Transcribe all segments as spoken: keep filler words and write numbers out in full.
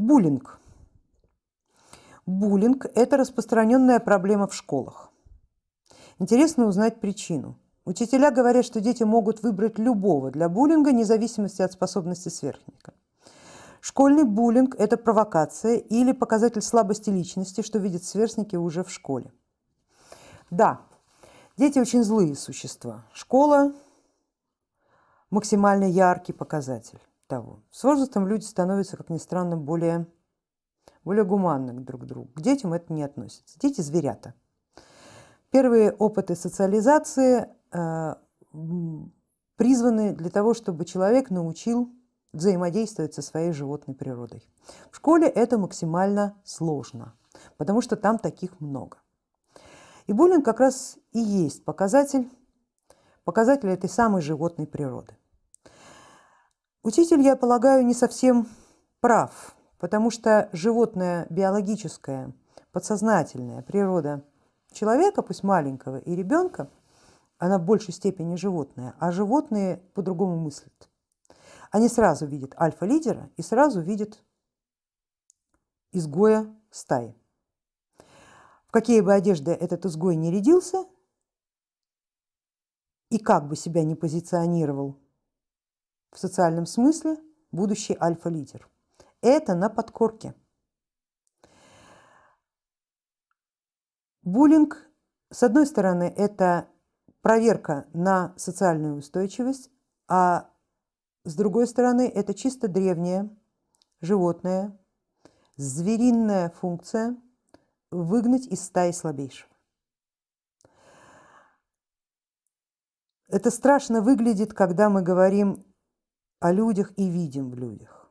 Буллинг. Буллинг – это распространенная проблема в школах. Интересно узнать причину. Учителя говорят, что дети могут выбрать любого для буллинга, вне зависимости от способности сверстника. Школьный буллинг – это провокация или показатель слабости личности, что видят сверстники уже в школе. Да, дети очень злые существа. Школа – максимально яркий показатель того. С возрастом люди становятся, как ни странно, более, более гуманны друг к другу. К детям это не относится. Дети – зверята. Первые опыты социализации э, призваны для того, чтобы человек научил взаимодействовать со своей животной природой. В школе это максимально сложно, потому что там таких много. И буллинг как раз и есть показатель, показатель этой самой животной природы. Учитель, я полагаю, не совсем прав, потому что животная биологическая, подсознательная природа человека, пусть маленького, и ребенка, она в большей степени животное, а животные по-другому мыслят. Они сразу видят альфа-лидера и сразу видят изгоя стаи. В какие бы одежды этот изгой не рядился и как бы себя не позиционировал в социальном смысле, будущий альфа-лидер. Это на подкорке. Буллинг, с одной стороны, это проверка на социальную устойчивость, а с другой стороны, это чисто древняя, животная, звериная функция выгнать из стаи слабейшего. Это страшно выглядит, когда мы говорим о людях и видим в людях.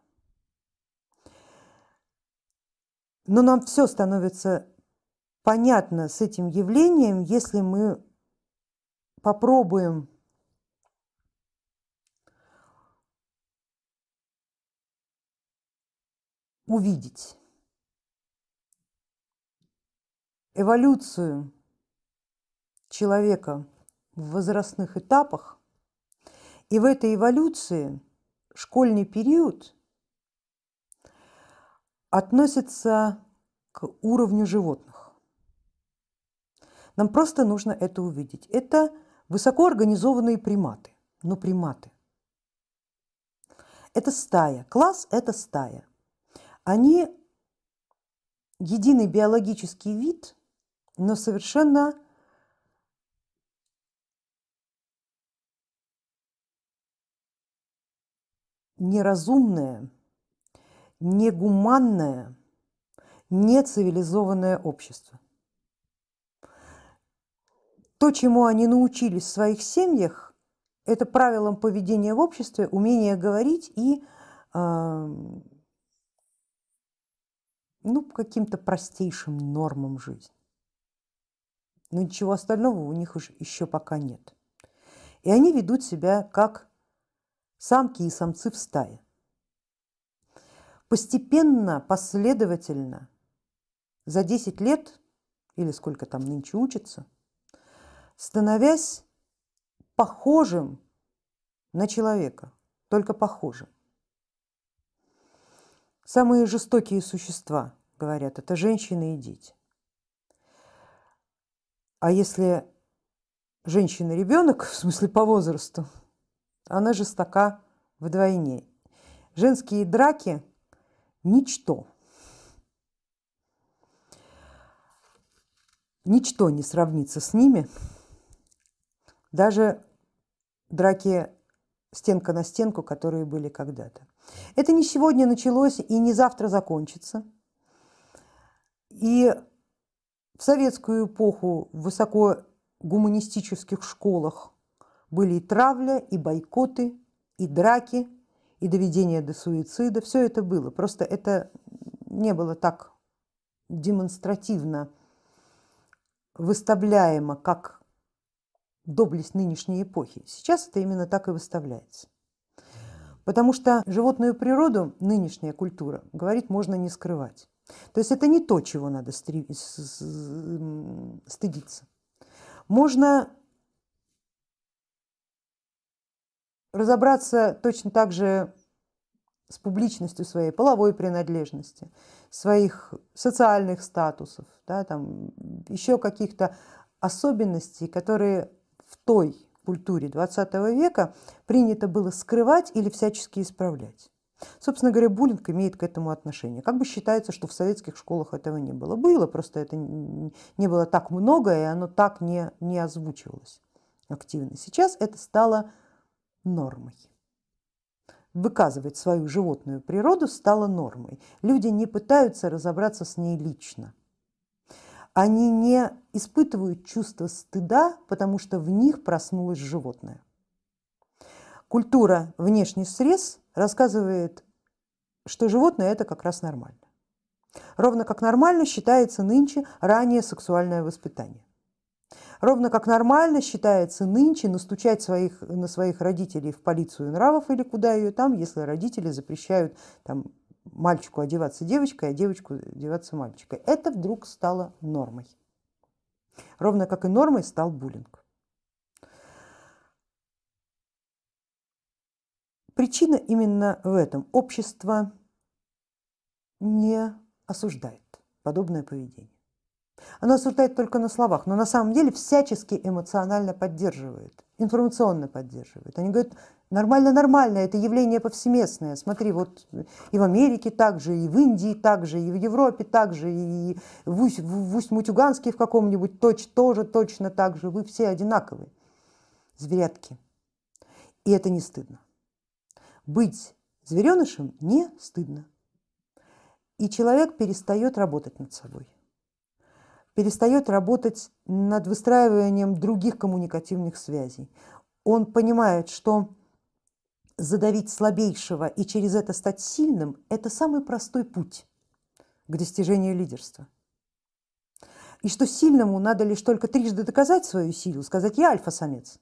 Но нам все становится понятно с этим явлением, если мы попробуем увидеть эволюцию человека в возрастных этапах, и в этой эволюции школьный период относится к уровню животных. Нам просто нужно это увидеть. Это высокоорганизованные приматы, но приматы. Это стая, класс – это стая. Они единый биологический вид, но совершенно неразумное, негуманное, нецивилизованное общество. То, чему они научились в своих семьях, это правилам поведения в обществе, умение говорить и э, ну, каким-то простейшим нормам жизни. Но ничего остального у них еще пока нет. И они ведут себя как самки и самцы в стае. Постепенно, последовательно, за десять лет, или сколько там нынче учатся, становясь похожим на человека, только похожим. Самые жестокие существа, говорят, это женщины и дети. А если женщина ребенок, в смысле по возрасту, она жестока вдвойне. Женские драки – ничто. Ничто не сравнится с ними. Даже драки стенка на стенку, которые были когда-то. Это не сегодня началось и не завтра закончится. И в советскую эпоху в высокогуманистических школах были и травля, и бойкоты, и драки, и доведение до суицида. Все это было. Просто это не было так демонстративно выставляемо, как доблесть нынешней эпохи. Сейчас это именно так и выставляется. Потому что животную природу нынешняя культура, говорит, можно не скрывать. То есть это не то, чего надо стыдиться. Можно разобраться точно так же с публичностью своей половой принадлежности, своих социальных статусов, да, там, еще каких-то особенностей, которые в той культуре двадцатого века принято было скрывать или всячески исправлять. Собственно говоря, буллинг имеет к этому отношение. Как бы считается, что в советских школах этого не было. Было, просто это не было так много, и оно так не, не озвучивалось активно. Сейчас это стало нормой. Выказывать свою животную природу стало нормой. Люди не пытаются разобраться с ней лично. Они не испытывают чувство стыда, потому что в них проснулось животное. Культура внешних срез рассказывает, что животное это как раз нормально. Ровно как нормально считается нынче раннее сексуальное воспитание. Ровно как нормально считается нынче настучать своих, на своих родителей в полицию нравов или куда ее там, если родители запрещают там, мальчику одеваться девочкой, а девочку одеваться мальчикой. Это вдруг стало нормой. Ровно как и нормой стал буллинг. Причина именно в этом. Общество не осуждает подобное поведение. Оно осуждает только на словах, но на самом деле всячески эмоционально поддерживает, информационно поддерживает. Они говорят, нормально-нормально, это явление повсеместное. Смотри, вот и в Америке так же, и в Индии так же, и в Европе так же, и в Усть-Мутюганске в каком-нибудь точ, тоже точно так же. Вы все одинаковые, зверятки. И это не стыдно. Быть зверенышем не стыдно. И человек перестает работать над собой. Перестает работать над выстраиванием других коммуникативных связей. Он понимает, что задавить слабейшего и через это стать сильным – это самый простой путь к достижению лидерства. И что сильному надо лишь только трижды доказать свою силу, сказать «я альфа-самец».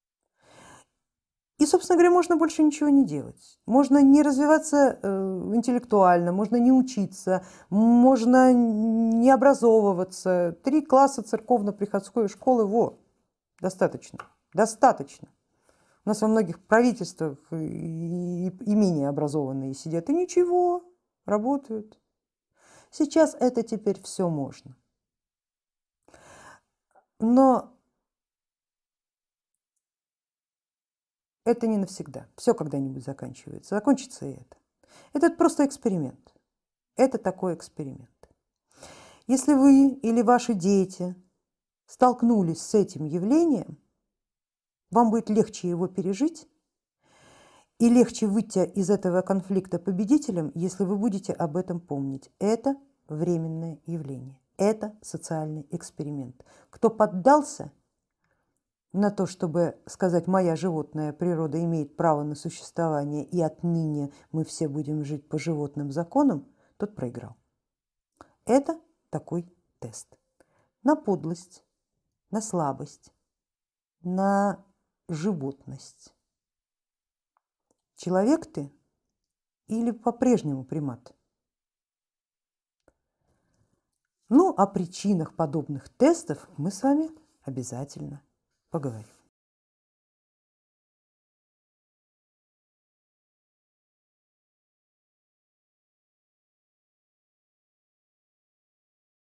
И, собственно говоря, можно больше ничего не делать. Можно не развиваться э, интеллектуально, можно не учиться, можно не образовываться. Три класса церковно-приходской школы, во, достаточно, достаточно. У нас во многих правительствах и, и менее образованные сидят, и ничего, работают. Сейчас это теперь все можно. Но это не навсегда. Все когда-нибудь заканчивается. Закончится и это. Это просто эксперимент. Это такой эксперимент. Если вы или ваши дети столкнулись с этим явлением, вам будет легче его пережить и легче выйти из этого конфликта победителем, если вы будете об этом помнить. Это временное явление. Это социальный эксперимент. Кто поддался на то, чтобы сказать, моя животная природа имеет право на существование, и отныне мы все будем жить по животным законам, тот проиграл. Это такой тест. На подлость, на слабость, на животность. Человек ты или по-прежнему примат? Ну, о причинах подобных тестов мы с вами обязательно поговорим.